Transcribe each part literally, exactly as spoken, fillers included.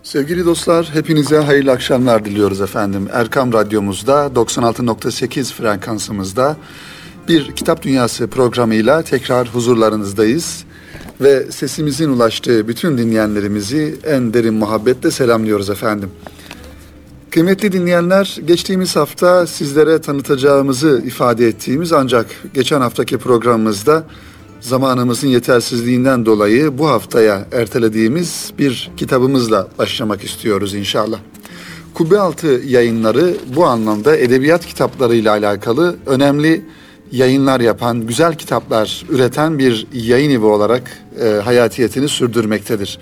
Sevgili dostlar, hepinize hayırlı akşamlar diliyoruz efendim. Erkam Radyomuzda doksan altı nokta sekiz frekansımızda bir Kitap Dünyası programıyla tekrar huzurlarınızdayız. Ve sesimizin ulaştığı bütün dinleyenlerimizi en derin muhabbetle selamlıyoruz efendim. Kıymetli dinleyenler, geçtiğimiz hafta sizlere tanıtacağımızı ifade ettiğimiz ancak geçen haftaki programımızda zamanımızın yetersizliğinden dolayı bu haftaya ertelediğimiz bir kitabımızla başlamak istiyoruz inşallah. Kubbealtı Yayınları bu anlamda edebiyat kitaplarıyla alakalı önemli yayınlar yapan, güzel kitaplar üreten bir yayın evi olarak e, hayatiyetini sürdürmektedir.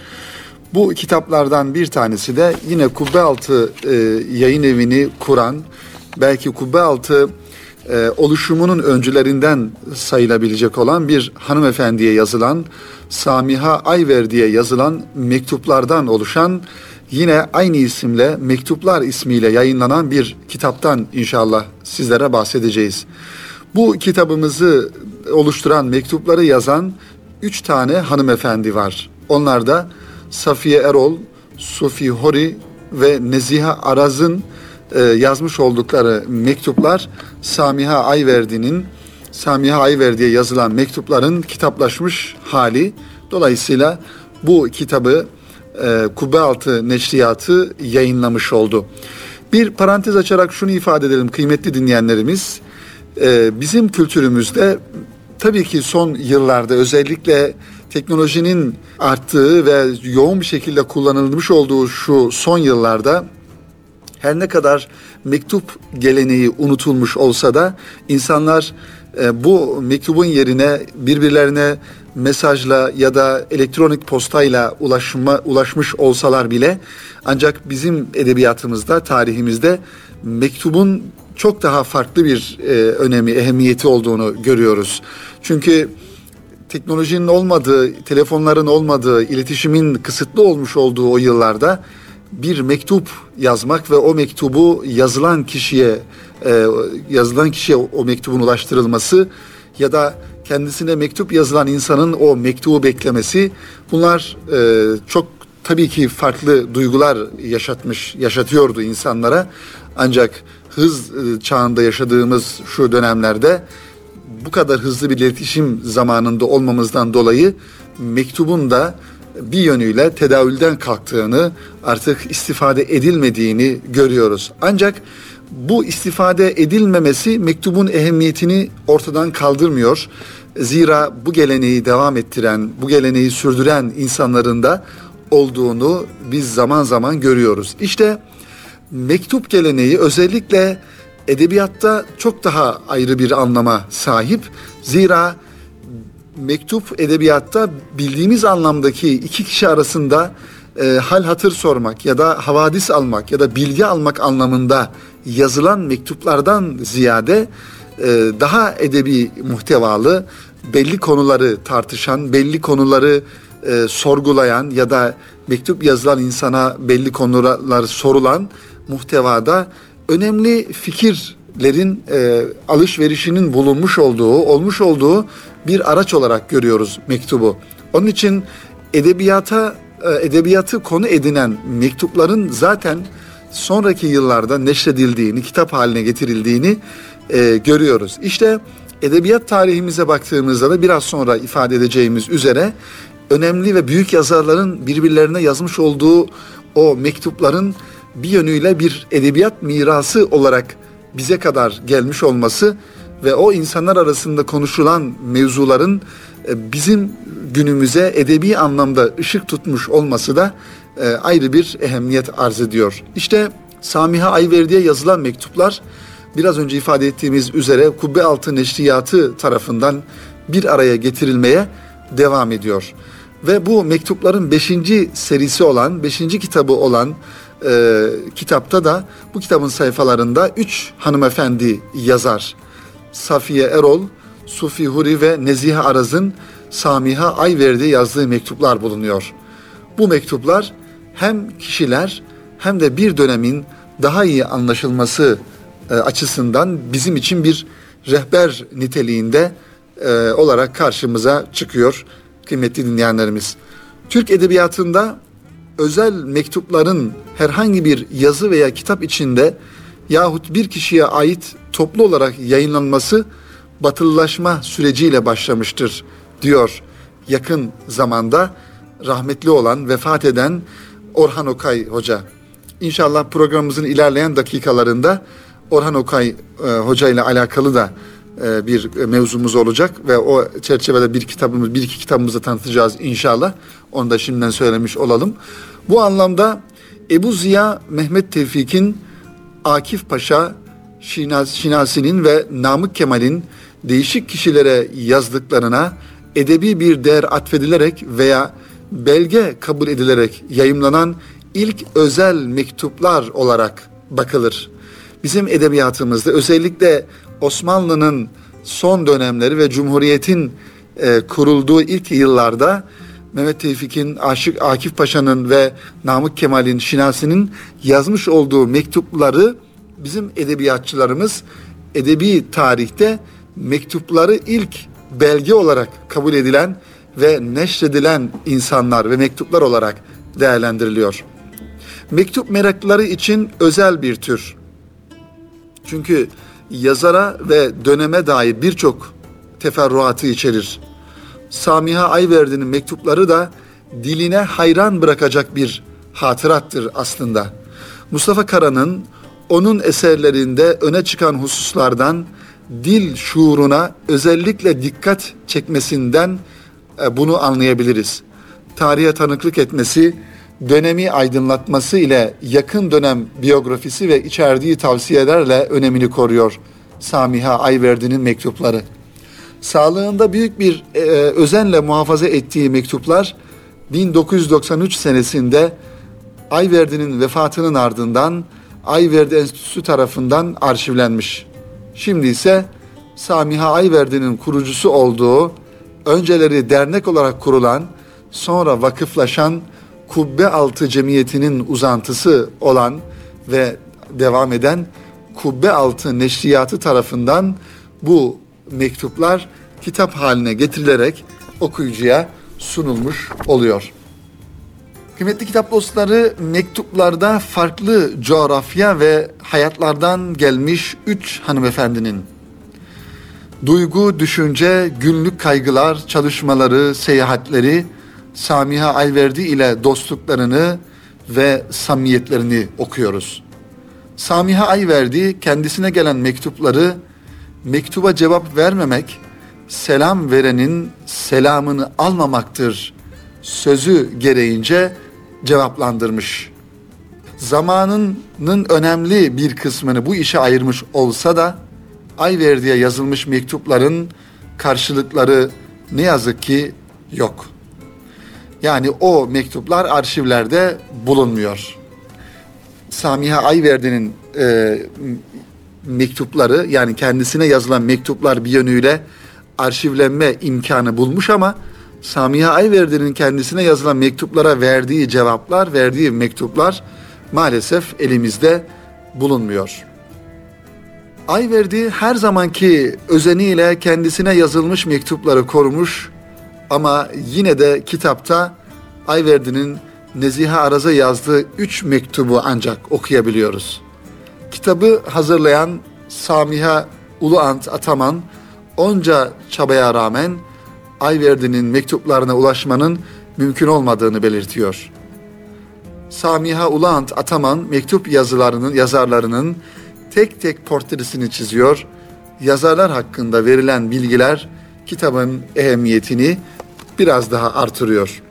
Bu kitaplardan bir tanesi de yine Kubbealtı e, Yayın Evi'ni kuran, belki Kubbealtı e, oluşumunun öncülerinden sayılabilecek olan bir hanımefendiye yazılan, Samiha Ayver diye yazılan mektuplardan oluşan, yine aynı isimle Mektuplar ismiyle yayınlanan bir kitaptan inşallah sizlere bahsedeceğiz. Bu kitabımızı oluşturan, mektupları yazan üç tane hanımefendi var. Onlar da Safiye Erol, Sufi Hori ve Nezihe Araz'ın e, yazmış oldukları mektuplar Samiha Ayverdi'nin, Samiha Ayver diye yazılan mektupların kitaplaşmış hali. Dolayısıyla bu kitabı e, Kubbealtı Neşriyatı yayınlamış oldu. Bir parantez açarak şunu ifade edelim kıymetli dinleyenlerimiz. E, bizim kültürümüzde tabii ki son yıllarda özellikle teknolojinin arttığı ve yoğun bir şekilde kullanılmış olduğu şu son yıllarda her ne kadar mektup geleneği unutulmuş olsa da insanlar e, bu mektubun yerine birbirlerine mesajla ya da elektronik postayla ulaşma, ulaşmış olsalar bile ancak bizim edebiyatımızda, tarihimizde mektubun çok daha farklı bir e, önemi, ehemmiyeti olduğunu görüyoruz. Çünkü teknolojinin olmadığı, telefonların olmadığı, iletişimin kısıtlı olmuş olduğu o yıllarda bir mektup yazmak ve o mektubu yazılan kişiye, e, yazılan kişiye o mektubun ulaştırılması ya da kendisine mektup yazılan insanın o mektubu beklemesi, bunlar e, çok tabii ki farklı duygular yaşatmış, yaşatıyordu insanlara. Ancak hız çağında yaşadığımız şu dönemlerde bu kadar hızlı bir iletişim zamanında olmamızdan dolayı mektubun da bir yönüyle tedavülden kalktığını, artık istifade edilmediğini görüyoruz. Ancak bu istifade edilmemesi mektubun ehemmiyetini ortadan kaldırmıyor. Zira bu geleneği devam ettiren, bu geleneği sürdüren insanların da olduğunu biz zaman zaman görüyoruz. İşte mektup geleneği özellikle edebiyatta çok daha ayrı bir anlama sahip. Zira mektup edebiyatta bildiğimiz anlamdaki iki kişi arasında e, hal hatır sormak ya da havadis almak ya da bilgi almak anlamında yazılan mektuplardan ziyade e, daha edebi muhtevalı, belli konuları tartışan, belli konuları e, sorgulayan ya da mektup yazılan insana belli konular sorulan muhtevada önemli fikirlerin e, alışverişinin bulunmuş olduğu, olmuş olduğu bir araç olarak görüyoruz mektubu. Onun için edebiyata, e, edebiyatı konu edinen mektupların zaten sonraki yıllarda neşredildiğini, kitap haline getirildiğini e, görüyoruz. İşte edebiyat tarihimize baktığımızda da biraz sonra ifade edeceğimiz üzere önemli ve büyük yazarların birbirlerine yazmış olduğu o mektupların bir yönüyle bir edebiyat mirası olarak bize kadar gelmiş olması ve o insanlar arasında konuşulan mevzuların bizim günümüze edebi anlamda ışık tutmuş olması da ayrı bir ehemmiyet arz ediyor. İşte Samiha Ayver diye yazılan mektuplar biraz önce ifade ettiğimiz üzere Kubbealtı Neşriyatı tarafından bir araya getirilmeye devam ediyor. Ve bu mektupların beşinci serisi olan, beşinci kitabı olan e, kitapta da bu kitabın sayfalarında üç hanımefendi yazar. Safiye Erol, Sufi Huri ve Nezihe Araz'ın Samiha Ayver'de yazdığı mektuplar bulunuyor. Bu mektuplar hem kişiler hem de bir dönemin daha iyi anlaşılması e, açısından bizim için bir rehber niteliğinde e, olarak karşımıza çıkıyor kıymetli dinleyenlerimiz. Türk edebiyatında özel mektupların herhangi bir yazı veya kitap içinde yahut bir kişiye ait toplu olarak yayınlanması batılılaşma süreciyle başlamıştır diyor yakın zamanda rahmetli olan, vefat eden Orhan Okay Hoca. İnşallah programımızın ilerleyen dakikalarında Orhan Okay e, Hoca ile alakalı da e, bir mevzumuz olacak ve o çerçevede bir kitabımız, bir iki kitabımızı tanıtacağız inşallah. Onu da şimdiden söylemiş olalım. Bu anlamda Ebu Ziya Mehmet Tevfik'in, Akif Paşa, Şinasi, Şinasi'nin ve Namık Kemal'in değişik kişilere yazdıklarına edebi bir değer atfedilerek veya belge kabul edilerek yayımlanan ilk özel mektuplar olarak bakılır. Bizim edebiyatımızda özellikle Osmanlı'nın son dönemleri ve Cumhuriyet'in e, kurulduğu ilk yıllarda Mehmet Tevfik'in, Aşık Akif Paşa'nın ve Namık Kemal'in, Şinasi'nin yazmış olduğu mektupları bizim edebiyatçılarımız edebi tarihte mektupları ilk belge olarak kabul edilen ve neşredilen insanlar ve mektuplar olarak değerlendiriliyor. Mektup meraklıları için özel bir tür. Çünkü yazara ve döneme dair birçok teferruatı içerir. Samiha Ayverdi'nin mektupları da diline hayran bırakacak bir hatırattır aslında. Mustafa Kara'nın onun eserlerinde öne çıkan hususlardan dil şuuruna özellikle dikkat çekmesinden bunu anlayabiliriz. Tarihe tanıklık etmesi, dönemi aydınlatması ile yakın dönem biyografisi ve içerdiği tavsiyelerle önemini koruyor Samiha Ayverdi'nin mektupları. Sağlığında büyük bir e, özenle muhafaza ettiği mektuplar bin dokuz yüz doksan üç senesinde Ayverdi'nin vefatının ardından Ayverdi Enstitüsü tarafından arşivlenmiş. Şimdi ise Samiha Ayverdi'nin kurucusu olduğu, önceleri dernek olarak kurulan, sonra vakıflaşan Kubbealtı Cemiyeti'nin uzantısı olan ve devam eden Kubbealtı Neşriyatı tarafından bu mektuplar kitap haline getirilerek okuyucuya sunulmuş oluyor. Kıymetli kitap dostları, mektuplarda farklı coğrafya ve hayatlardan gelmiş üç hanımefendinin duygu, düşünce, günlük kaygılar, çalışmaları, seyahatleri, Samiha Ayverdi ile dostluklarını ve samimiyetlerini okuyoruz. Samiha Ayverdi kendisine gelen mektupları mektuba cevap vermemek, selam verenin selamını almamaktır sözü gereğince cevaplandırmış. Zamanının önemli bir kısmını bu işe ayırmış olsa da Ayverdi'ye yazılmış mektupların karşılıkları ne yazık ki yok. Yani o mektuplar arşivlerde bulunmuyor. Samiha Ayverdi'nin e, mektupları, yani kendisine yazılan mektuplar bir yönüyle arşivlenme imkanı bulmuş ama Samiha Ayverdi'nin kendisine yazılan mektuplara verdiği cevaplar, verdiği mektuplar maalesef elimizde bulunmuyor. Ayverdi her zamanki özeniyle kendisine yazılmış mektupları korumuş ama yine de kitapta Ayverdi'nin Nezihe Araz'a yazdığı üç mektubu ancak okuyabiliyoruz. Kitabı hazırlayan Samiha Uluant Ataman onca çabaya rağmen Ayverdi'nin mektuplarına ulaşmanın mümkün olmadığını belirtiyor. Samiha Uluant Ataman mektup yazılarının yazarlarının tek tek portresini çiziyor. Yazarlar hakkında verilen bilgiler kitabın ehemmiyetini biraz daha artırıyor.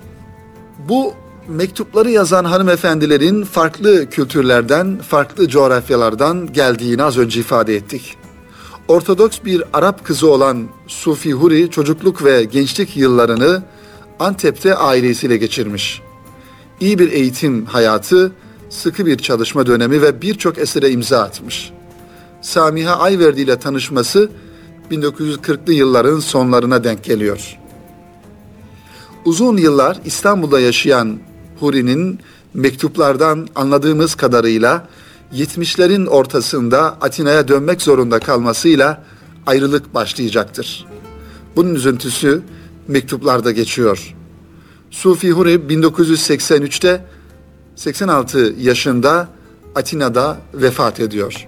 Bu mektupları yazan hanımefendilerin farklı kültürlerden, farklı coğrafyalardan geldiğini az önce ifade ettik. Ortodoks bir Arap kızı olan Sufi Huri çocukluk ve gençlik yıllarını Antep'te ailesiyle geçirmiş. İyi bir eğitim hayatı, sıkı bir çalışma dönemi ve birçok esere imza atmış. Samiha Ayverdi ile tanışması bin dokuz yüz kırklı yılların sonlarına denk geliyor. Uzun yıllar İstanbul'da yaşayan Huri'nin mektuplardan anladığımız kadarıyla yetmişlerin ortasında Atina'ya dönmek zorunda kalmasıyla ayrılık başlayacaktır. Bunun üzüntüsü mektuplarda geçiyor. Sufi Huri bin dokuz yüz seksen üçte seksen altı yaşında Atina'da vefat ediyor.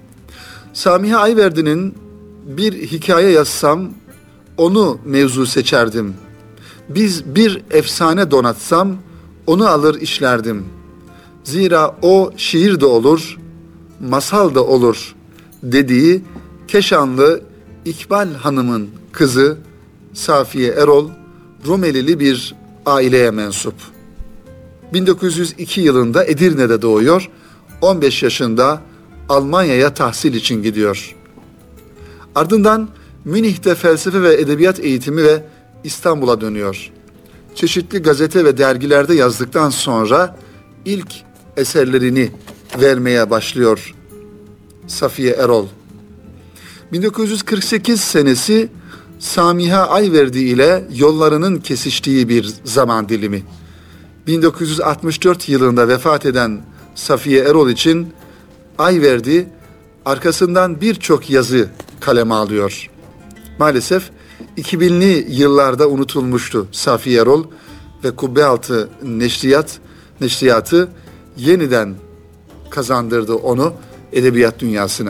Samiha Ayverdi'nin bir hikaye yazsam onu mevzu seçerdim. Biz bir efsane donatsam onu alır işlerdim. Zira o şiir de olur, masal da olur dediği Keşanlı İkbal Hanım'ın kızı Safiye Erol, Rumelili bir aileye mensup. bin dokuz yüz iki yılında Edirne'de doğuyor, on beş yaşında Almanya'ya tahsil için gidiyor. Ardından Münih'te felsefe ve edebiyat eğitimi ve İstanbul'a dönüyor. Çeşitli gazete ve dergilerde yazdıktan sonra ilk eserlerini vermeye başlıyor Safiye Erol. bin dokuz yüz kırk sekiz senesi Samiha Ayverdi ile yollarının kesiştiği bir zaman dilimi. bin dokuz yüz altmış dört yılında vefat eden Safiye Erol için Ayverdi arkasından birçok yazı kaleme alıyor. Maalesef iki binli yıllarda unutulmuştu Safiye Erol ve Kubbealtı Neşriyat, Neşriyatı yeniden kazandırdı onu edebiyat dünyasına.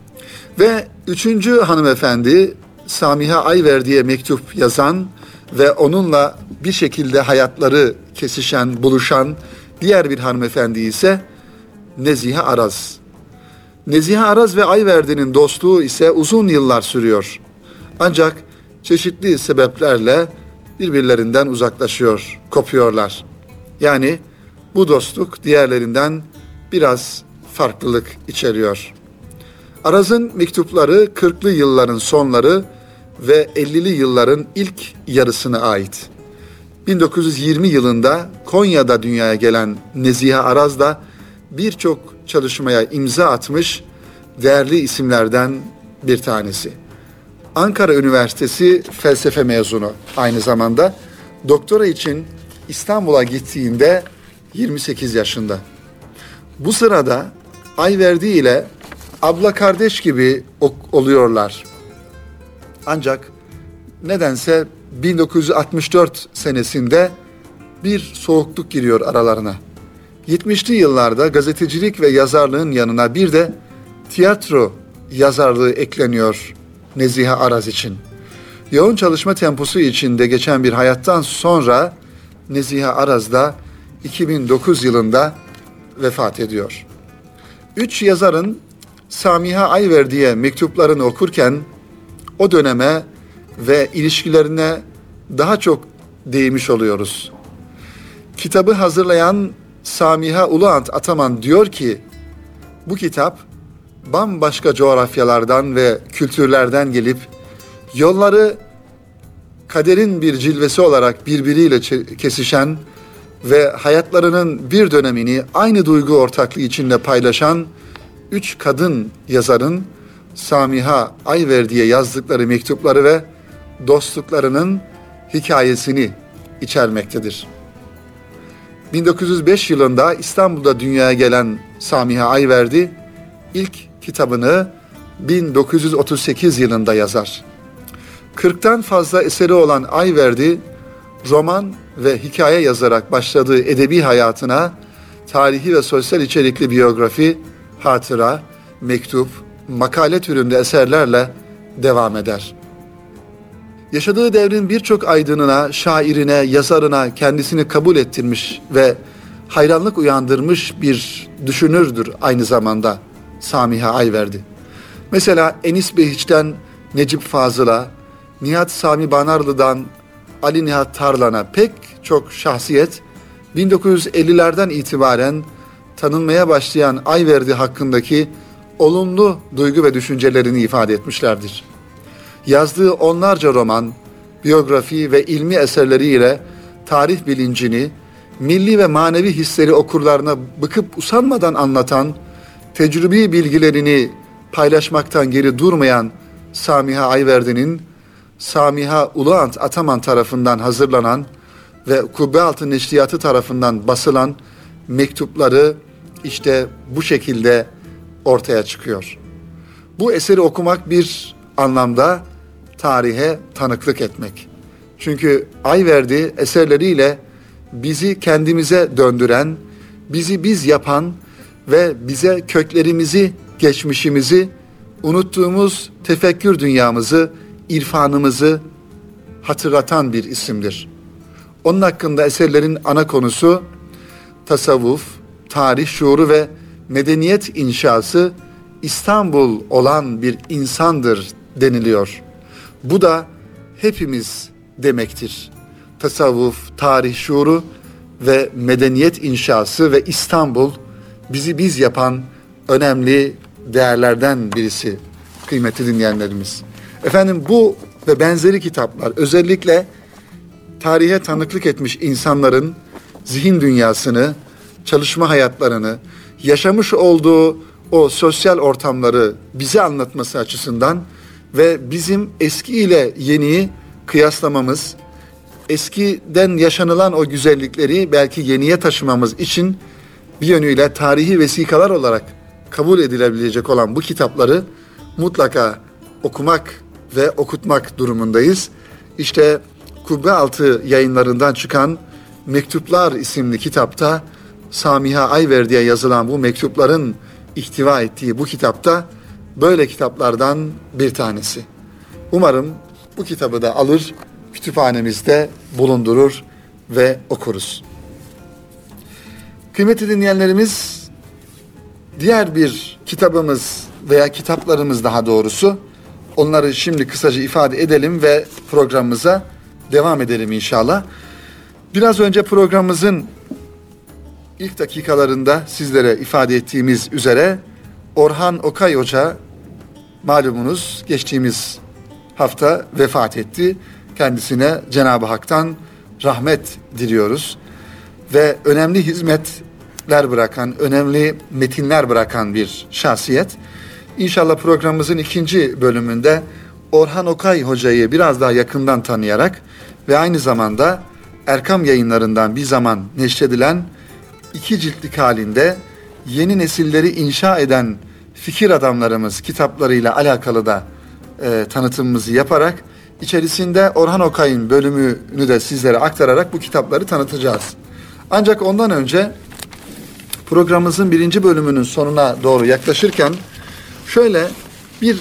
Ve üçüncü hanımefendi Samiha Ayverdi'ye mektup yazan ve onunla bir şekilde hayatları kesişen, buluşan diğer bir hanımefendi ise Nezihe Araz. Nezihe Araz ve Ayverdi'nin dostluğu ise uzun yıllar sürüyor. Ancak çeşitli sebeplerle birbirlerinden uzaklaşıyor, kopuyorlar. Yani bu dostluk diğerlerinden biraz farklılık içeriyor. Araz'ın mektupları kırklı yılların sonları ve ellili yılların ilk yarısına ait. bin dokuz yüz yirmi yılında Konya'da dünyaya gelen Nezihe Araz da birçok çalışmaya imza atmış değerli isimlerden bir tanesi. Ankara Üniversitesi felsefe mezunu aynı zamanda. Doktora için İstanbul'a gittiğinde yirmi sekiz yaşında. Bu sırada Ayverdi ile abla kardeş gibi oluyorlar. Ancak nedense bin dokuz yüz altmış dört senesinde bir soğukluk giriyor aralarına. yetmişli yıllarda gazetecilik ve yazarlığın yanına bir de tiyatro yazarlığı ekleniyor Nezihe Araz için. Yoğun çalışma temposu içinde geçen bir hayattan sonra Nezihe Araz da iki bin dokuz yılında vefat ediyor. Üç yazarın Samiha Ayverdi'ye mektuplarını okurken o döneme ve ilişkilerine daha çok değmiş oluyoruz. Kitabı hazırlayan Samiha Uluant Ataman diyor ki, bu kitap bambaşka coğrafyalardan ve kültürlerden gelip yolları kaderin bir cilvesi olarak birbiriyle kesişen ve hayatlarının bir dönemini aynı duygu ortaklığı içinde paylaşan üç kadın yazarın Samiha Ayverdi'ye yazdıkları mektupları ve dostluklarının hikayesini içermektedir. bin dokuz yüz beş yılında İstanbul'da dünyaya gelen Samiha Ayverdi ilk kitabını bin dokuz yüz otuz sekiz yılında yazar. kırktan fazla eseri olan Ayverdi, roman ve hikaye yazarak başladığı edebi hayatına tarihi ve sosyal içerikli biyografi, hatıra, mektup, makale türünde eserlerle devam eder. Yaşadığı devrin birçok aydınına, şairine, yazarına kendisini kabul ettirmiş ve hayranlık uyandırmış bir düşünürdür aynı zamanda Samiha Ayverdi. Mesela Enis Behiç'ten Necip Fazıl'a, Nihat Sami Banarlı'dan Ali Nihat Tarlan'a pek çok şahsiyet bin dokuz yüz ellilerden itibaren tanınmaya başlayan Ayverdi hakkındaki olumlu duygu ve düşüncelerini ifade etmişlerdir. Yazdığı onlarca roman, biyografi ve ilmi eserleriyle tarih bilincini, milli ve manevi hisleri okurlarına bıkıp usanmadan anlatan, tecrübi bilgilerini paylaşmaktan geri durmayan Samiha Ayverdi'nin Samiha Uluant Ataman tarafından hazırlanan ve Kubbealtı Neşriyatı tarafından basılan mektupları işte bu şekilde ortaya çıkıyor. Bu eseri okumak bir anlamda tarihe tanıklık etmek. Çünkü Ayverdi eserleriyle bizi kendimize döndüren, bizi biz yapan ve bize köklerimizi, geçmişimizi, unuttuğumuz tefekkür dünyamızı, irfanımızı hatırlatan bir isimdir. Onun hakkında eserlerin ana konusu tasavvuf, tarih, şuuru ve medeniyet inşası İstanbul olan bir insandır deniliyor. Bu da hepimiz demektir. Tasavvuf, tarih, şuuru ve medeniyet inşası ve İstanbul bizi biz yapan önemli değerlerden birisi kıymetli dinleyenlerimiz. Efendim bu ve benzeri kitaplar özellikle tarihe tanıklık etmiş insanların zihin dünyasını, çalışma hayatlarını, yaşamış olduğu o sosyal ortamları bize anlatması açısından ve bizim eski ile yeniyi kıyaslamamız, eskiden yaşanılan o güzellikleri belki yeniye taşımamız için bir yönüyle tarihi vesikalar olarak kabul edilebilecek olan bu kitapları mutlaka okumak ve okutmak durumundayız. İşte Kubbealtı Yayınlarından çıkan Mektuplar isimli kitapta Samiha Ayverdi'ye yazılan bu mektupların ihtiva ettiği bu kitapta böyle kitaplardan bir tanesi. Umarım bu kitabı da alır, kütüphanemizde bulundurur ve okuruz. Kıymetli dinleyenlerimiz, diğer bir kitabımız veya kitaplarımız daha doğrusu, onları şimdi kısaca ifade edelim ve programımıza devam edelim inşallah. Biraz önce programımızın ilk dakikalarında sizlere ifade ettiğimiz üzere Orhan Okay Hoca malumunuz geçtiğimiz hafta vefat etti. Kendisine Cenab-ı Hak'tan rahmet diliyoruz. Ve önemli hizmetler bırakan, önemli metinler bırakan bir şahsiyet. İnşallah programımızın ikinci bölümünde Orhan Okay Hoca'yı biraz daha yakından tanıyarak ve aynı zamanda Erkam Yayınlarından bir zaman neşredilen iki ciltlik halinde yeni nesilleri inşa eden fikir adamlarımız kitaplarıyla alakalı da e, tanıtımımızı yaparak içerisinde Orhan Okay'ın bölümünü de sizlere aktararak bu kitapları tanıtacağız. Ancak ondan önce programımızın birinci bölümünün sonuna doğru yaklaşırken şöyle bir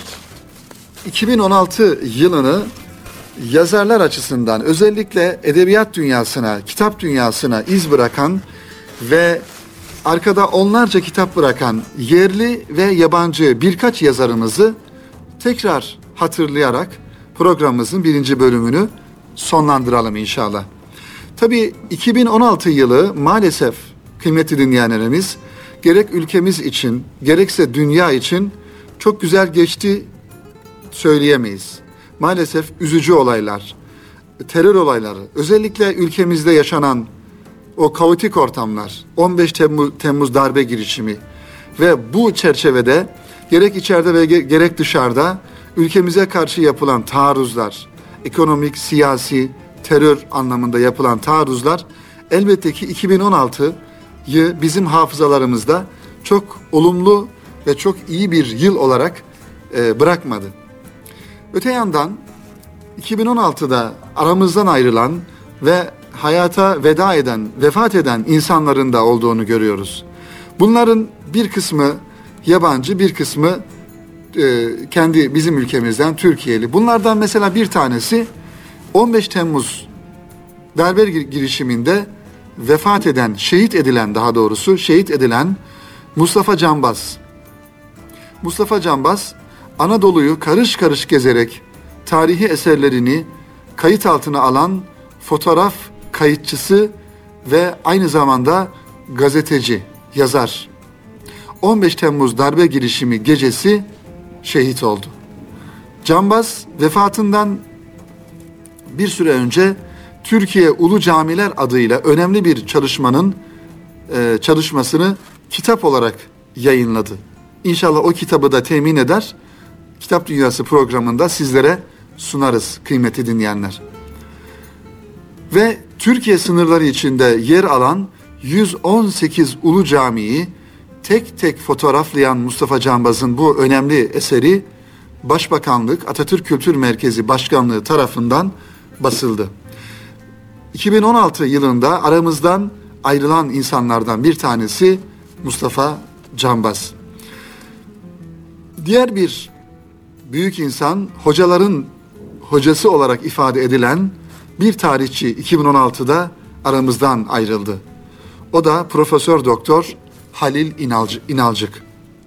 iki bin on altı yılını yazarlar açısından özellikle edebiyat dünyasına, kitap dünyasına iz bırakan ve arkada onlarca kitap bırakan yerli ve yabancı birkaç yazarımızı tekrar hatırlayarak programımızın birinci bölümünü sonlandıralım inşallah. Tabii iki bin on altı yılı maalesef kıymetli dinleyenlerimiz gerek ülkemiz için gerekse dünya için çok güzel geçti söyleyemeyiz. Maalesef üzücü olaylar, terör olayları, özellikle ülkemizde yaşanan o kaotik ortamlar, on beş Temmuz, Temmuz darbe girişimi ve bu çerçevede gerek içeride ve gerek dışarıda ülkemize karşı yapılan taarruzlar, ekonomik, siyasi, terör anlamında yapılan taarruzlar elbette ki iki bin on altıyı bizim hafızalarımızda çok olumlu ve çok iyi bir yıl olarak e, bırakmadı. Öte yandan iki bin on altıda aramızdan ayrılan ve hayata veda eden, vefat eden insanların da olduğunu görüyoruz. Bunların bir kısmı yabancı, bir kısmı e, kendi bizim ülkemizden Türkiye'li. Bunlardan mesela bir tanesi on beş Temmuz darbe girişiminde vefat eden, şehit edilen daha doğrusu şehit edilen Mustafa Canbaz. Mustafa Canbaz Anadolu'yu karış karış gezerek tarihi eserlerini kayıt altına alan fotoğraf kayıtçısı ve aynı zamanda gazeteci, yazar. on beş Temmuz darbe girişimi gecesi şehit oldu. Canbaz vefatından bir süre önce Türkiye Ulu Camiler adıyla önemli bir çalışmanın e, çalışmasını kitap olarak yayınladı. İnşallah o kitabı da temin eder, Kitap Dünyası programında sizlere sunarız kıymetli dinleyenler. Ve Türkiye sınırları içinde yer alan yüz on sekiz Ulu Cami'yi tek tek fotoğraflayan Mustafa Canbaz'ın bu önemli eseri Başbakanlık Atatürk Kültür Merkezi Başkanlığı tarafından basıldı. iki bin on altı yılında aramızdan ayrılan insanlardan bir tanesi Mustafa Canbaz. Diğer bir büyük insan, hocaların hocası olarak ifade edilen bir tarihçi iki bin on altıda aramızdan ayrıldı. O da Profesör Doktor Halil İnalcı, İnalcık.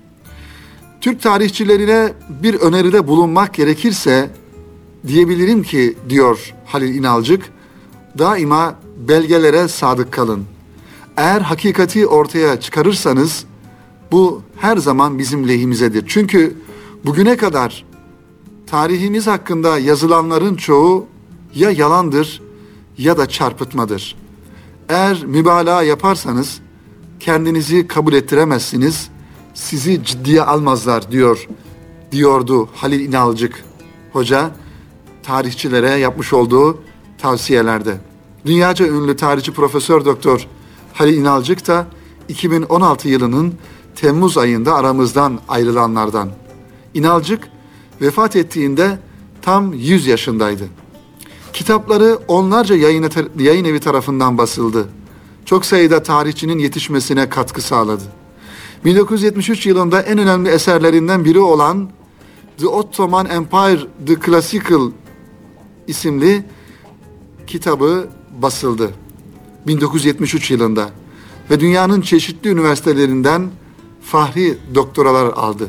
Türk tarihçilerine bir öneride bulunmak gerekirse diyebilirim ki, diyor Halil İnalcık, daima belgelere sadık kalın. Eğer hakikati ortaya çıkarırsanız bu her zaman bizim lehimizedir. Çünkü bugüne kadar tarihimiz hakkında yazılanların çoğu ya yalandır ya da çarpıtmadır. Eğer mübalağa yaparsanız kendinizi kabul ettiremezsiniz, sizi ciddiye almazlar diyor, diyordu Halil İnalcık Hoca tarihçilere yapmış olduğu tavsiyelerde. Dünyaca ünlü tarihçi Profesör Doktor Halil İnalcık da iki bin on altı yılının Temmuz ayında aramızdan ayrılanlardan. İnalcık vefat ettiğinde tam yüz yaşındaydı. Kitapları onlarca yayın, yayın evi tarafından basıldı. Çok sayıda tarihçinin yetişmesine katkı sağladı. bin dokuz yüz yetmiş üç yılında en önemli eserlerinden biri olan The Ottoman Empire, The Classical isimli kitabı basıldı bin dokuz yüz yetmiş üç yılında ve dünyanın çeşitli üniversitelerinden fahri doktoralar aldı.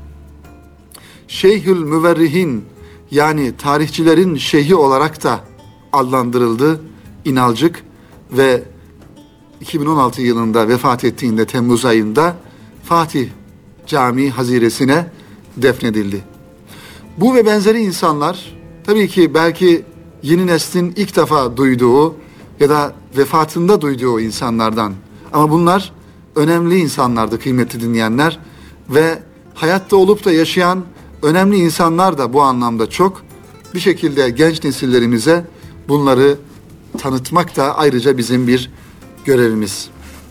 Şeyhül Müverrihin, yani tarihçilerin şeyhi olarak da adlandırıldı İnalcık ve iki bin on altı yılında vefat ettiğinde Temmuz ayında Fatih Camii haziresine defnedildi. Bu ve benzeri insanlar tabii ki belki yeni neslin ilk defa duyduğu ya da vefatında duyduğu insanlardan, ama bunlar önemli insanlardı kıymetli dinleyenler ve hayatta olup da yaşayan önemli insanlar da bu anlamda çok. Bir şekilde genç nesillerimize bunları tanıtmak da ayrıca bizim bir görevimiz.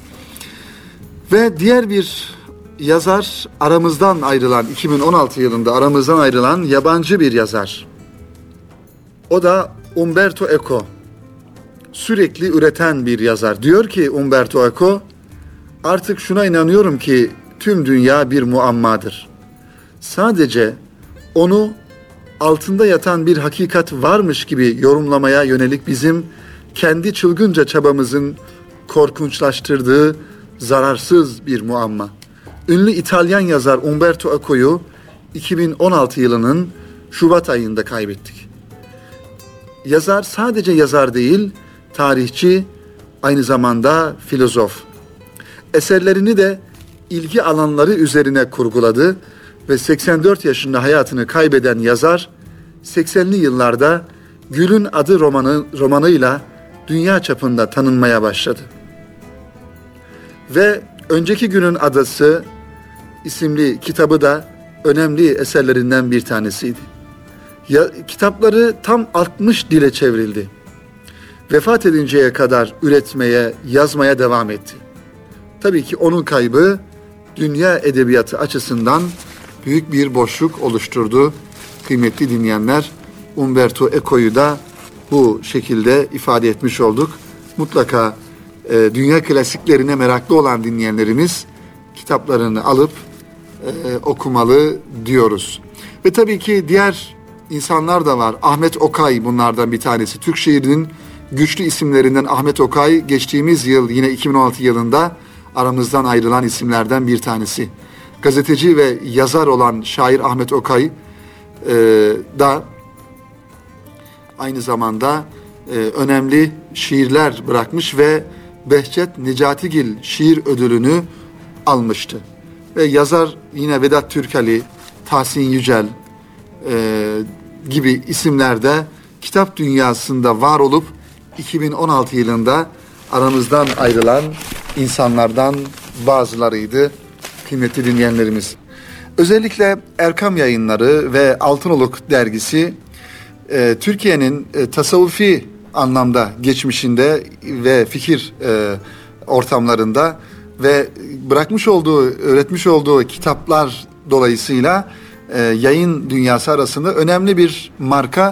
Ve diğer bir yazar, aramızdan ayrılan, iki bin on altı yılında aramızdan ayrılan yabancı bir yazar. O da Umberto Eco. Sürekli üreten bir yazar. Diyor ki Umberto Eco, artık şuna inanıyorum ki tüm dünya bir muammadır. Sadece onu altında yatan bir hakikat varmış gibi yorumlamaya yönelik bizim kendi çılgınca çabamızın korkunçlaştırdığı zararsız bir muamma. Ünlü İtalyan yazar Umberto Eco'yu iki bin on altı yılının Şubat ayında kaybettik. Yazar sadece yazar değil, tarihçi, aynı zamanda filozof. Eserlerini de ilgi alanları üzerine kurguladı ve seksen dört yaşında hayatını kaybeden yazar, seksenli yıllarda Gül'ün Adı romanı, romanıyla dünya çapında tanınmaya başladı. Ve Önceki Günün Adası isimli kitabı da önemli eserlerinden bir tanesiydi. Ya, kitapları tam altmış dile çevrildi. Vefat edinceye kadar üretmeye, yazmaya devam etti. Tabii ki onun kaybı dünya edebiyatı açısından büyük bir boşluk oluşturdu. Kıymetli dinleyenler, Umberto Eco'yu da bu şekilde ifade etmiş olduk. Mutlaka e, dünya klasiklerine meraklı olan dinleyenlerimiz kitaplarını alıp e, okumalı diyoruz. Ve tabii ki diğer insanlar da var. Ahmet Okay bunlardan bir tanesi. Türk şiirinin güçlü isimlerinden Ahmet Okay geçtiğimiz yıl yine iki bin on altı yılında aramızdan ayrılan isimlerden bir tanesi. Gazeteci ve yazar olan şair Ahmet Okay e, da aynı zamanda e, önemli şiirler bırakmış ve Behçet Necatigil şiir ödülünü almıştı. Ve yazar yine Vedat Türkali, Tahsin Yücel e, gibi isimler de kitap dünyasında var olup iki bin on altı yılında aramızdan ayrılan insanlardan bazılarıydı kıymetli dinleyenlerimiz. Özellikle Erkam Yayınları ve Altınoluk Dergisi e, Türkiye'nin e, tasavvufi anlamda geçmişinde ve fikir e, ortamlarında ve bırakmış olduğu, öğretmiş olduğu kitaplar dolayısıyla e, yayın dünyası arasında önemli bir marka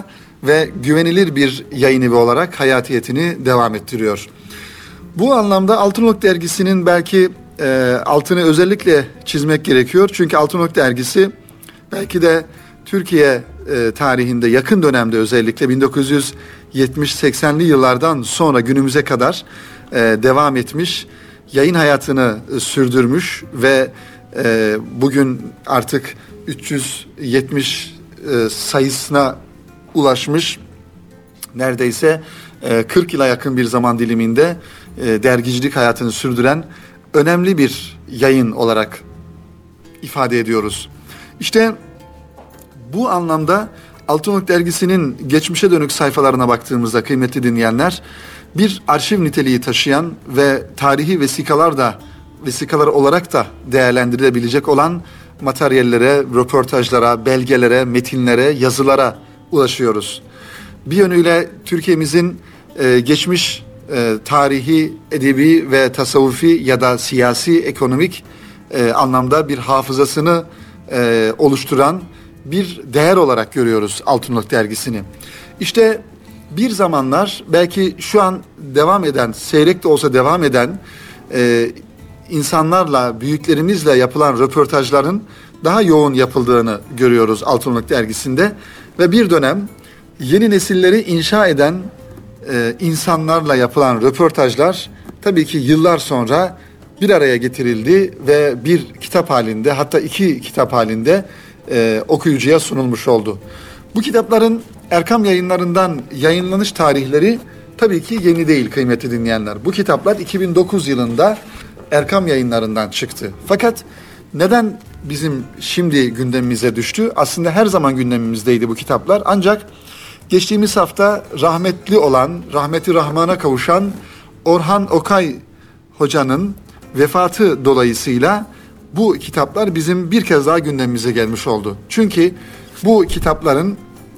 ve güvenilir bir yayın evi olarak hayatiyetini devam ettiriyor. Bu anlamda Altınoluk Dergisi'nin belki e, altını özellikle çizmek gerekiyor. Çünkü Altınoluk Dergisi belki de Türkiye e, tarihinde yakın dönemde özellikle bin dokuz yüz yetmiş seksenli yıllardan sonra günümüze kadar e, devam etmiş, yayın hayatını e, sürdürmüş ve e, bugün artık üç yüz yetmiş e, sayısına ulaşmış, neredeyse e, kırk yıla yakın bir zaman diliminde e, dergicilik hayatını sürdüren önemli bir yayın olarak ifade ediyoruz. İşte bu anlamda Altınoluk Dergisi'nin geçmişe dönük sayfalarına baktığımızda kıymetli dinleyenler, bir arşiv niteliği taşıyan ve tarihi vesikalar da vesikalar olarak da değerlendirilebilecek olan materyallere, röportajlara, belgelere, metinlere, yazılara ulaşıyoruz. Bir yönüyle Türkiye'mizin e, geçmiş e, tarihi, edebi ve tasavvufi ya da siyasi, ekonomik e, anlamda bir hafızasını e, oluşturan bir değer olarak görüyoruz Altınoluk Dergisi'ni. İşte bir zamanlar belki şu an devam eden, seyrek de olsa devam eden e, insanlarla, büyüklerimizle yapılan röportajların daha yoğun yapıldığını görüyoruz Altınoluk Dergisi'nde. Ve bir dönem yeni nesilleri inşa eden e, insanlarla yapılan röportajlar tabii ki yıllar sonra bir araya getirildi ve bir kitap halinde, hatta iki kitap halinde e, okuyucuya sunulmuş oldu. Bu kitapların Erkam Yayınları'ndan yayınlanış tarihleri tabii ki yeni değil kıymetli dinleyenler. Bu kitaplar iki bin dokuz yılında Erkam Yayınları'ndan çıktı. Fakat neden bizim şimdi gündemimize düştü? Aslında her zaman gündemimizdeydi bu kitaplar. Ancak geçtiğimiz hafta rahmetli olan, rahmeti rahmana kavuşan Orhan Okay Hoca'nın vefatı dolayısıyla bu kitaplar bizim bir kez daha gündemimize gelmiş oldu. Çünkü bu kitapların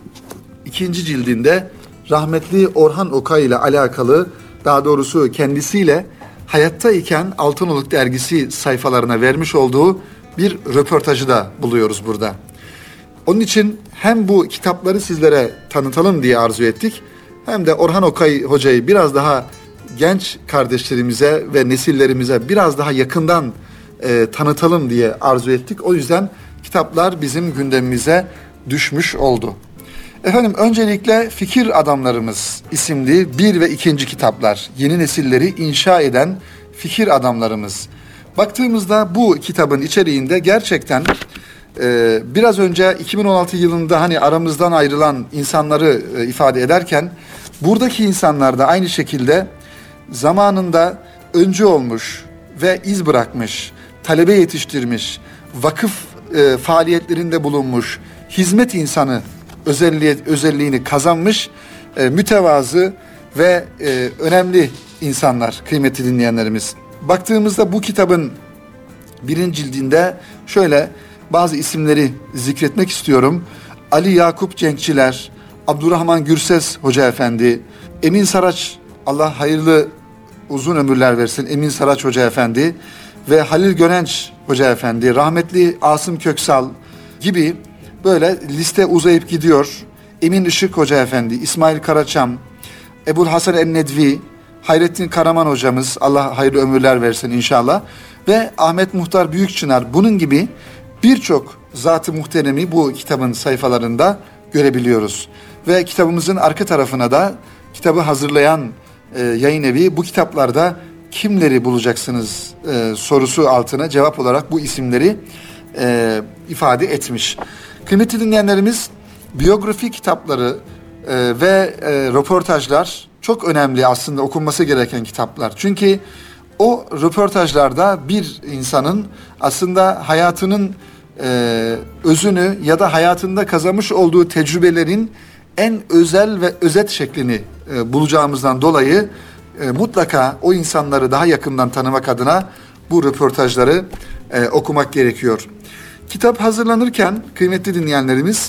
ikinci cildinde rahmetli Orhan Okay ile alakalı, daha doğrusu kendisiyle hayattayken Altınoluk Dergisi sayfalarına vermiş olduğu bir röportajı da buluyoruz burada. Onun için hem bu kitapları sizlere tanıtalım diye arzu ettik, hem de Orhan Okay Hoca'yı biraz daha genç kardeşlerimize ve nesillerimize biraz daha yakından e, tanıtalım diye arzu ettik. O yüzden kitaplar bizim gündemimize düşmüş oldu. Efendim, öncelikle Fikir Adamlarımız isimli bir ve ikinci kitaplar. Yeni nesilleri inşa eden fikir adamlarımız. Baktığımızda bu kitabın içeriğinde gerçekten e, biraz önce iki bin on altı yılında hani aramızdan ayrılan insanları e, ifade ederken, buradaki insanlar da aynı şekilde zamanında öncü olmuş ve iz bırakmış, talebe yetiştirmiş, vakıf e, faaliyetlerinde bulunmuş, hizmet insanı özelliği, özelliğini kazanmış, e, mütevazı ve e, önemli insanlar kıymetli dinleyenlerimiz. Baktığımızda bu kitabın birinci cildinde şöyle bazı isimleri zikretmek istiyorum. Ali Yakup Cenkçiler, Abdurrahman Gürses Hoca Efendi, Emin Saraç, Allah hayırlı uzun ömürler versin, Emin Saraç Hoca Efendi ve Halil Gönenç Hoca Efendi, rahmetli Asım Köksal gibi böyle liste uzayıp gidiyor. Emin Işık Hoca Efendi, İsmail Karaçam, Ebul Hasan el-Nedvi, Hayrettin Karaman hocamız, Allah hayırlı ömürler versin inşallah, ve Ahmet Muhtar Büyükçınar, bunun gibi birçok zat-ı muhteremi bu kitabın sayfalarında görebiliyoruz. Ve kitabımızın arka tarafına da kitabı hazırlayan e, yayın evi bu kitaplarda kimleri bulacaksınız e, sorusu altına cevap olarak bu isimleri e, ifade etmiş. Kıymetli dinleyenlerimiz, biyografi kitapları e, ve e, röportajlar çok önemli, aslında okunması gereken kitaplar. Çünkü o röportajlarda bir insanın aslında hayatının e, özünü ya da hayatında kazanmış olduğu tecrübelerin en özel ve özet şeklini e, bulacağımızdan dolayı e, mutlaka o insanları daha yakından tanımak adına bu röportajları e, okumak gerekiyor. Kitap hazırlanırken kıymetli dinleyenlerimiz,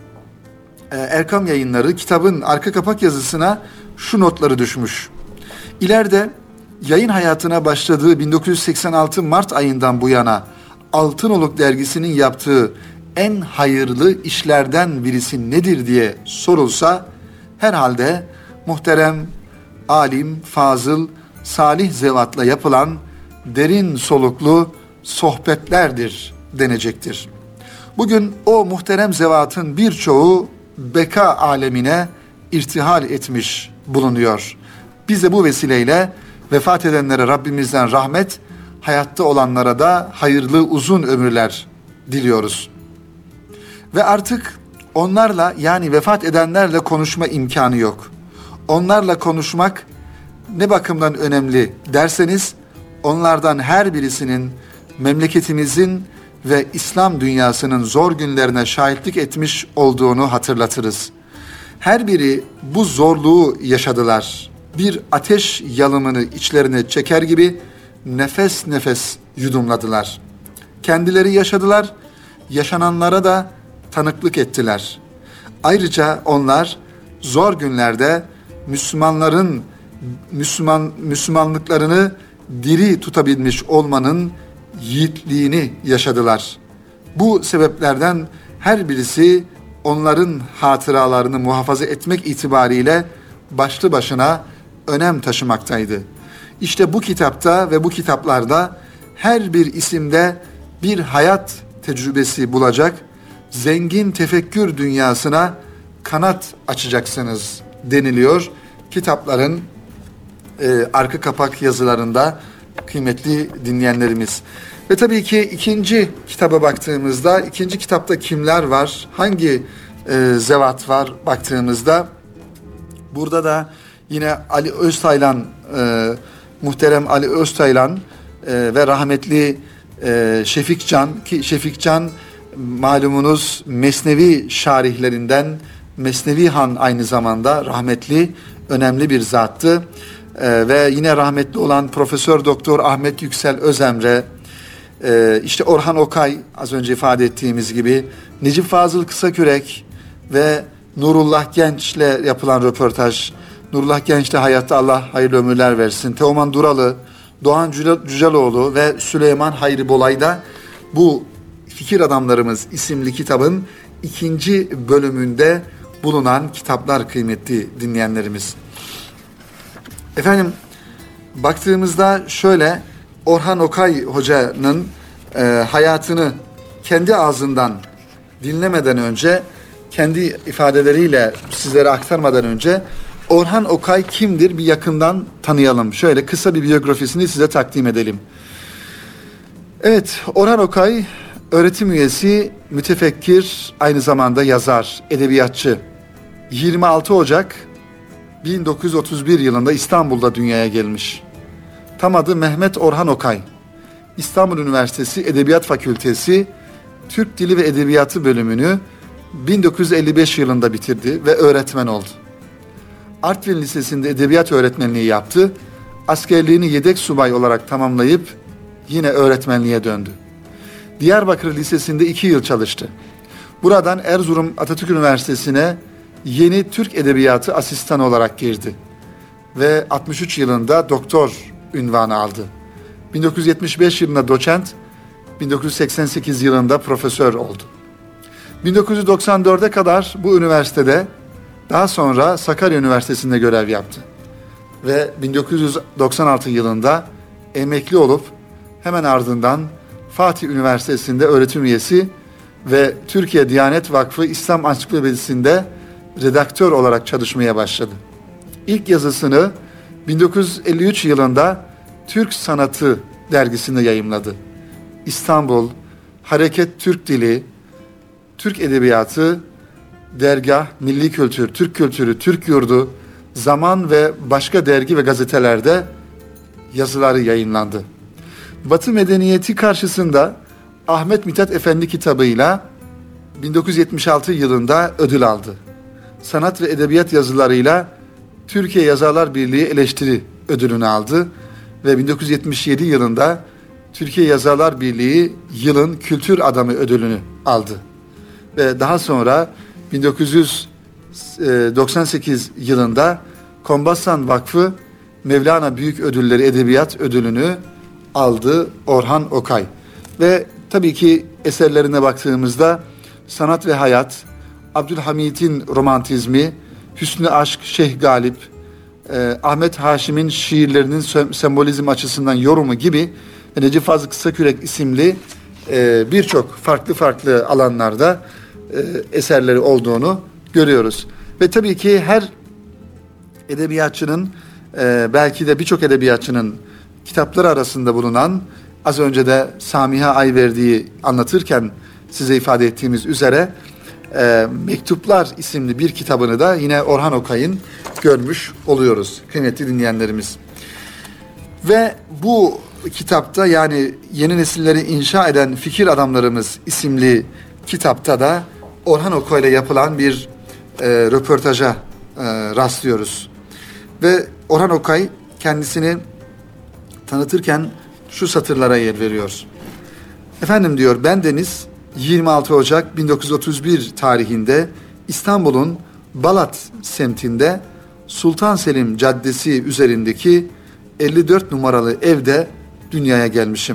e, Erkam Yayınları kitabın arka kapak yazısına şu notları düşmüş. İleride yayın hayatına başladığı bin dokuz yüz seksen altı Mart ayından bu yana Altınoluk Dergisi'nin yaptığı en hayırlı işlerden birisi nedir diye sorulsa herhalde muhterem, alim, fazıl, salih zevatla yapılan derin soluklu sohbetlerdir denecektir. Bugün o muhterem zevatın birçoğu beka alemine irtihal etmiş bulunuyor. Biz de bu vesileyle vefat edenlere Rabbimizden rahmet, hayatta olanlara da hayırlı uzun ömürler diliyoruz. Ve artık onlarla, yani vefat edenlerle konuşma imkanı yok. Onlarla konuşmak ne bakımdan önemli derseniz, onlardan her birisinin memleketimizin ve İslam dünyasının zor günlerine şahitlik etmiş olduğunu hatırlatırız. Her biri bu zorluğu yaşadılar. Bir ateş yalımını içlerine çeker gibi nefes nefes yudumladılar. Kendileri yaşadılar, yaşananlara da tanıklık ettiler. Ayrıca onlar zor günlerde Müslümanların Müslüman Müslümanlıklarını diri tutabilmiş olmanın yiğitliğini yaşadılar. Bu sebeplerden her birisi onların hatıralarını muhafaza etmek itibariyle başlı başına önem taşımaktaydı. İşte bu kitapta ve bu kitaplarda her bir isimde bir hayat tecrübesi bulacak, zengin tefekkür dünyasına kanat açacaksınız deniliyor kitapların e, arka kapak yazılarında kıymetli dinleyenlerimiz. Ve tabii ki ikinci kitaba baktığımızda, ikinci kitapta kimler var, hangi e, zevat var baktığımızda, burada da yine Ali Öztaylan, e, muhterem Ali Öztaylan e, ve rahmetli e, Şefikcan, ki Şefikcan malumunuz Mesnevi şarihlerinden, Mesnevi Han aynı zamanda rahmetli, önemli bir zattı. Ee, ve yine rahmetli olan Profesör Doktor Ahmet Yüksel Özemre, e, işte Orhan Okay, az önce ifade ettiğimiz gibi, Necip Fazıl Kısakürek ve Nurullah Genç'le yapılan röportaj, Nurullah Genç'te hayatta Allah hayırlı ömürler versin, Teoman Duralı, Doğan Cüceloğlu ve Süleyman Hayri Bolay'da bu Fikir Adamlarımız isimli kitabın ikinci bölümünde bulunan kitaplar kıymetli dinleyenlerimiz. Efendim, baktığımızda şöyle, Orhan Okay Hoca'nın e, hayatını kendi ağzından dinlemeden önce, kendi ifadeleriyle sizlere aktarmadan önce Orhan Okay kimdir bir yakından tanıyalım. Şöyle kısa bir biyografisini size takdim edelim. Evet, Orhan Okay öğretim üyesi, mütefekkir, aynı zamanda yazar, edebiyatçı. yirmi altı Ocak bin dokuz yüz otuz bir yılında İstanbul'da dünyaya gelmiş. Tam adı Mehmet Orhan Okay. İstanbul Üniversitesi Edebiyat Fakültesi Türk Dili ve Edebiyatı bölümünü bin dokuz yüz elli beş yılında bitirdi ve öğretmen oldu. Artvin Lisesi'nde edebiyat öğretmenliği yaptı. Askerliğini yedek subay olarak tamamlayıp yine öğretmenliğe döndü. Diyarbakır Lisesi'nde iki yıl çalıştı. Buradan Erzurum Atatürk Üniversitesi'ne Yeni Türk Edebiyatı asistanı olarak girdi. Ve altmış üç yılında doktor unvanı aldı. bin dokuz yüz yetmiş beş yılında doçent, bin dokuz yüz seksen sekiz yılında profesör oldu. bin dokuz yüz doksan dörde kadar bu üniversitede, daha sonra Sakarya Üniversitesi'nde görev yaptı. Ve bin dokuz yüz doksan altı yılında emekli olup hemen ardından Fatih Üniversitesi'nde öğretim üyesi ve Türkiye Diyanet Vakfı İslam Ansiklopedisi'nde redaktör olarak çalışmaya başladı. İlk yazısını bin dokuz yüz elli üç yılında Türk Sanatı dergisinde yayımladı. İstanbul, Hareket Türk Dili, Türk Edebiyatı, Dergah, Milli Kültür, Türk Kültürü, Türk Yurdu, Zaman ve başka dergi ve gazetelerde yazıları yayınlandı. Batı medeniyeti karşısında Ahmet Mithat Efendi kitabıyla bin dokuz yüz yetmiş altı yılında ödül aldı. Sanat ve edebiyat yazılarıyla Türkiye Yazarlar Birliği eleştiri ödülünü aldı ve bin dokuz yüz yetmiş yedi yılında Türkiye Yazarlar Birliği yılın kültür adamı ödülünü aldı. Ve daha sonra bin dokuz yüz doksan sekiz yılında Kombasan Vakfı Mevlana Büyük Ödülleri Edebiyat Ödülünü aldı Orhan Okay. Ve tabii ki eserlerine baktığımızda Sanat ve Hayat, Abdülhamit'in Romantizmi, Hüsnü Aşk, Şeyh Galip, e, Ahmet Haşim'in şiirlerinin sembolizm açısından yorumu gibi Necip Fazıl Kısakürek isimli e, birçok farklı farklı alanlarda e, eserleri olduğunu görüyoruz. Ve tabii ki her edebiyatçının, e, belki de birçok edebiyatçının kitapları arasında bulunan, az önce de Samiha Ayverdi'yi anlatırken size ifade ettiğimiz üzere e, Mektuplar isimli bir kitabını da yine Orhan Okay'ın görmüş oluyoruz kıymetli dinleyenlerimiz. Ve bu kitapta, yani Yeni Nesilleri İnşa Eden Fikir Adamlarımız isimli kitapta da Orhan Okay'la yapılan bir e, röportaja e, rastlıyoruz. Ve Orhan Okay kendisini tanıtırken şu satırlara yer veriyor. Efendim diyor, bendeniz yirmi altı Ocak bin dokuz yüz otuz bir tarihinde İstanbul'un Balat semtinde Sultan Selim Caddesi üzerindeki elli dört numaralı evde dünyaya gelmişim.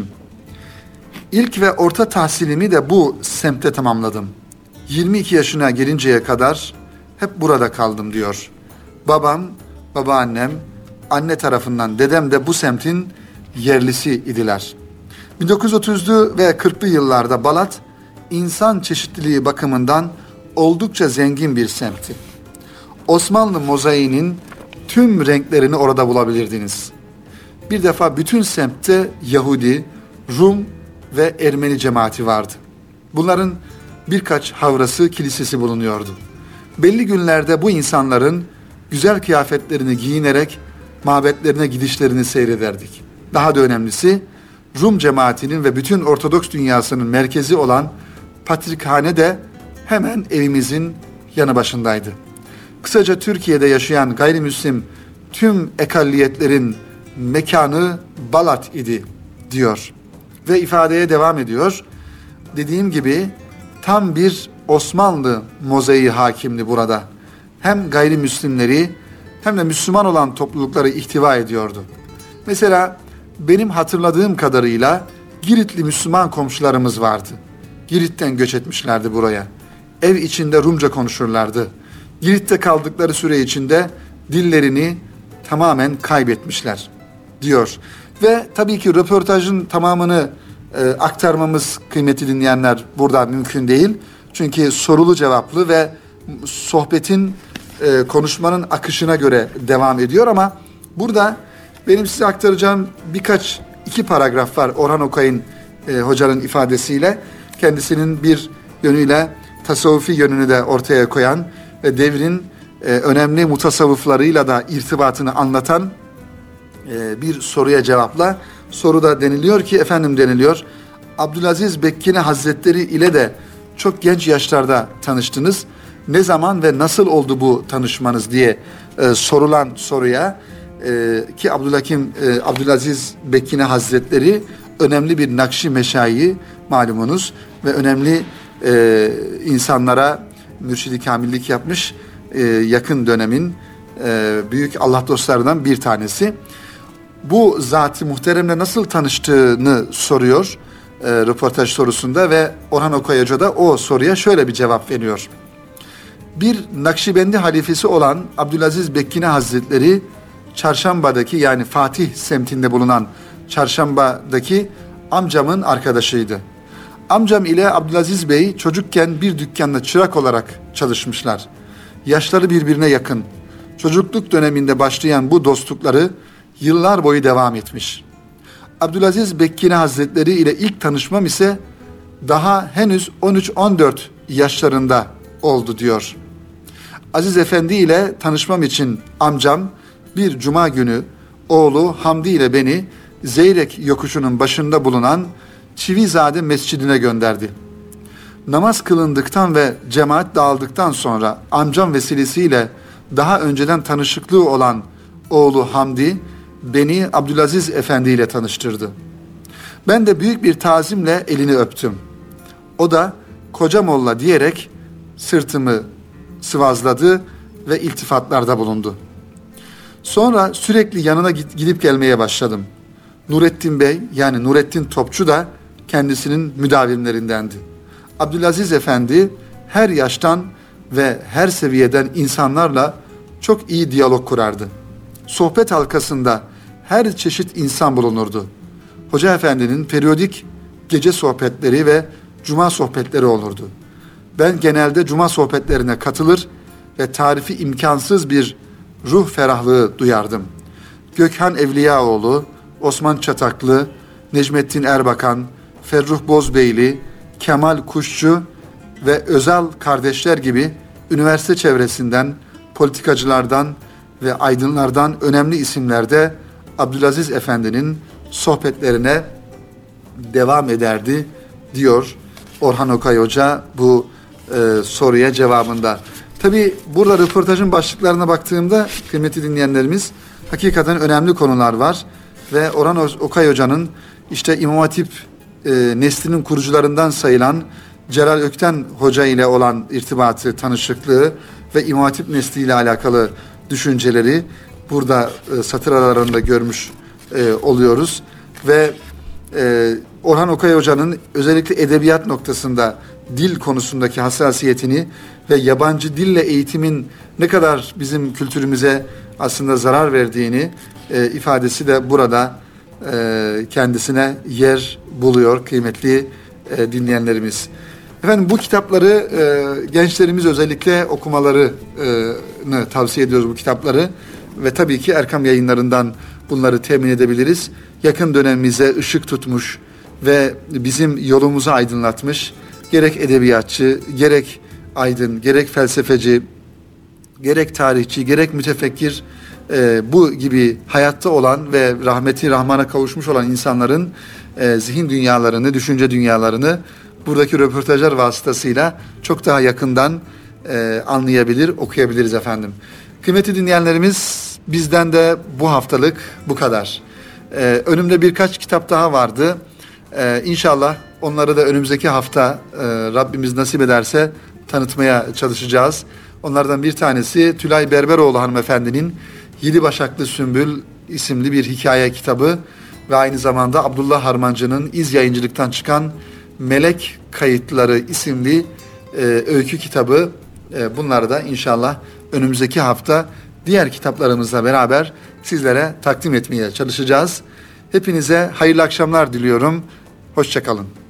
İlk ve orta tahsilimi de bu semtte tamamladım. yirmi iki yaşına gelinceye kadar hep burada kaldım diyor. Babam, babaannem, anne tarafından dedem de bu semtin yerlisi idiler. bin dokuz yüz otuzlu ve kırklı yıllarda Balat, insan çeşitliliği bakımından oldukça zengin bir semtti. Osmanlı mozaiğinin tüm renklerini orada bulabilirdiniz. Bir defa bütün semtte Yahudi, Rum ve Ermeni cemaati vardı. Bunların birkaç havrası, kilisesi bulunuyordu. Belli günlerde bu insanların güzel kıyafetlerini giyinerek mabetlerine gidişlerini seyrederdik. Daha da önemlisi, Rum cemaatinin ve bütün Ortodoks dünyasının merkezi olan Patrikhane de hemen evimizin yanı başındaydı. Kısaca Türkiye'de yaşayan gayrimüslim tüm ekalliyetlerin mekanı Balat idi diyor. Ve ifadeye devam ediyor. Dediğim gibi tam bir Osmanlı mozaiği hakimdi burada. Hem gayrimüslimleri hem de Müslüman olan toplulukları ihtiva ediyordu. Mesela benim hatırladığım kadarıyla Giritli Müslüman komşularımız vardı. Girit'ten göç etmişlerdi buraya. Ev içinde Rumca konuşurlardı. Girit'te kaldıkları süre içinde dillerini tamamen kaybetmişler diyor. Ve tabii ki röportajın tamamını e, aktarmamız kıymetli dinleyenler burada mümkün değil. Çünkü sorulu cevaplı ve sohbetin, e, konuşmanın akışına göre devam ediyor ama burada benim size aktaracağım birkaç, iki paragraf var Orhan Okay'ın e, hocanın ifadesiyle. Kendisinin bir yönüyle tasavvufi yönünü de ortaya koyan ve devrin e, önemli mutasavvıflarıyla da irtibatını anlatan e, bir soruya cevapla. Soruda deniliyor ki, efendim deniliyor, Abdülaziz Bekkini Hazretleri ile de çok genç yaşlarda tanıştınız. Ne zaman ve nasıl oldu bu tanışmanız diye e, sorulan soruya e, ki Abdülhakim e, Abdülaziz Bekkini Hazretleri önemli bir Nakşi meşayi malumunuz ve önemli e, insanlara mürşidi kamillik yapmış e, yakın dönemin e, büyük Allah dostlarından bir tanesi. Bu zat-ı muhteremle nasıl tanıştığını soruyor e, röportaj sorusunda ve Orhan Okay Hoca da o soruya şöyle bir cevap veriyor. Bir Nakşibendi halifesi olan Abdülaziz Bekkini Hazretleri Çarşamba'daki, yani Fatih semtinde bulunan Çarşamba'daki amcamın arkadaşıydı. Amcam ile Abdülaziz Bey çocukken bir dükkanda çırak olarak çalışmışlar. Yaşları birbirine yakın. Çocukluk döneminde başlayan bu dostlukları yıllar boyu devam etmiş. Abdülaziz Bekkini Hazretleri ile ilk tanışmam ise daha henüz on üç on dört yaşlarında oldu diyor. Aziz Efendi ile tanışmam için amcam bir cuma günü oğlu Hamdi ile beni Zeyrek yokuşunun başında bulunan Çivizade Mescidine gönderdi. Namaz kılındıktan ve cemaat dağıldıktan sonra amcam vesilesiyle daha önceden tanışıklığı olan oğlu Hamdi beni Abdülaziz Efendi ile tanıştırdı. Ben de büyük bir tazimle elini öptüm. O da koca molla diyerek sırtımı sıvazladı ve iltifatlarda bulundu. Sonra sürekli yanına gidip gelmeye başladım. Nurettin Bey, yani Nurettin Topçu da kendisinin müdavimlerindendi. Abdülaziz Efendi her yaştan ve her seviyeden insanlarla çok iyi diyalog kurardı. Sohbet halkasında her çeşit insan bulunurdu. Hoca Efendi'nin periyodik gece sohbetleri ve cuma sohbetleri olurdu. Ben genelde cuma sohbetlerine katılır ve tarifi imkansız bir ruh ferahlığı duyardım. Gökhan Evliyaoğlu, Osman Çataklı, Necmettin Erbakan, Ferruh Bozbeyli, Kemal Kuşçu ve Özal kardeşler gibi üniversite çevresinden, politikacılardan ve aydınlardan önemli isimlerde Abdülaziz Efendi'nin sohbetlerine devam ederdi diyor Orhan Okay Hoca bu e, soruya cevabında. Tabii burada röportajın başlıklarına baktığımda kıymetli dinleyenlerimiz hakikaten önemli konular var ve Orhan Okay Hoca'nın işte İmam Hatip e, neslinin kurucularından sayılan Celal Ökten Hoca ile olan irtibatı, tanışıklığı ve İmam Hatip nesliyle alakalı düşünceleri burada e, satır aralarında görmüş e, oluyoruz ve e, Orhan Okay Hoca'nın özellikle edebiyat noktasında dil konusundaki hassasiyetini ve yabancı dille eğitimin ne kadar bizim kültürümüze aslında zarar verdiğini e, ifadesi de burada e, kendisine yer buluyor kıymetli e, dinleyenlerimiz. Efendim bu kitapları e, gençlerimiz özellikle okumalarını tavsiye ediyoruz bu kitapları ve tabii ki Erkam Yayınları'ndan bunları temin edebiliriz. Yakın dönemimize ışık tutmuş ve bizim yolumuzu aydınlatmış gerek edebiyatçı, gerek aydın, gerek felsefeci, gerek tarihçi, gerek mütefekkir e, bu gibi hayatta olan ve rahmeti rahmana kavuşmuş olan insanların e, zihin dünyalarını, düşünce dünyalarını buradaki röportajlar vasıtasıyla çok daha yakından e, anlayabilir, okuyabiliriz efendim. Kıymetli dinleyenlerimiz, bizden de bu haftalık bu kadar. E, önümde birkaç kitap daha vardı. E, İnşallah onları da önümüzdeki hafta e, Rabbimiz nasip ederse tanıtmaya çalışacağız. Onlardan bir tanesi Tülay Berberoğlu hanımefendinin Yedi Başaklı Sümbül isimli bir hikaye kitabı ve aynı zamanda Abdullah Harmancı'nın İz Yayıncılık'tan çıkan Melek Kayıtları isimli e, öykü kitabı. E, bunları da inşallah önümüzdeki hafta diğer kitaplarımızla beraber sizlere takdim etmeye çalışacağız. Hepinize hayırlı akşamlar diliyorum. Hoşça kalın.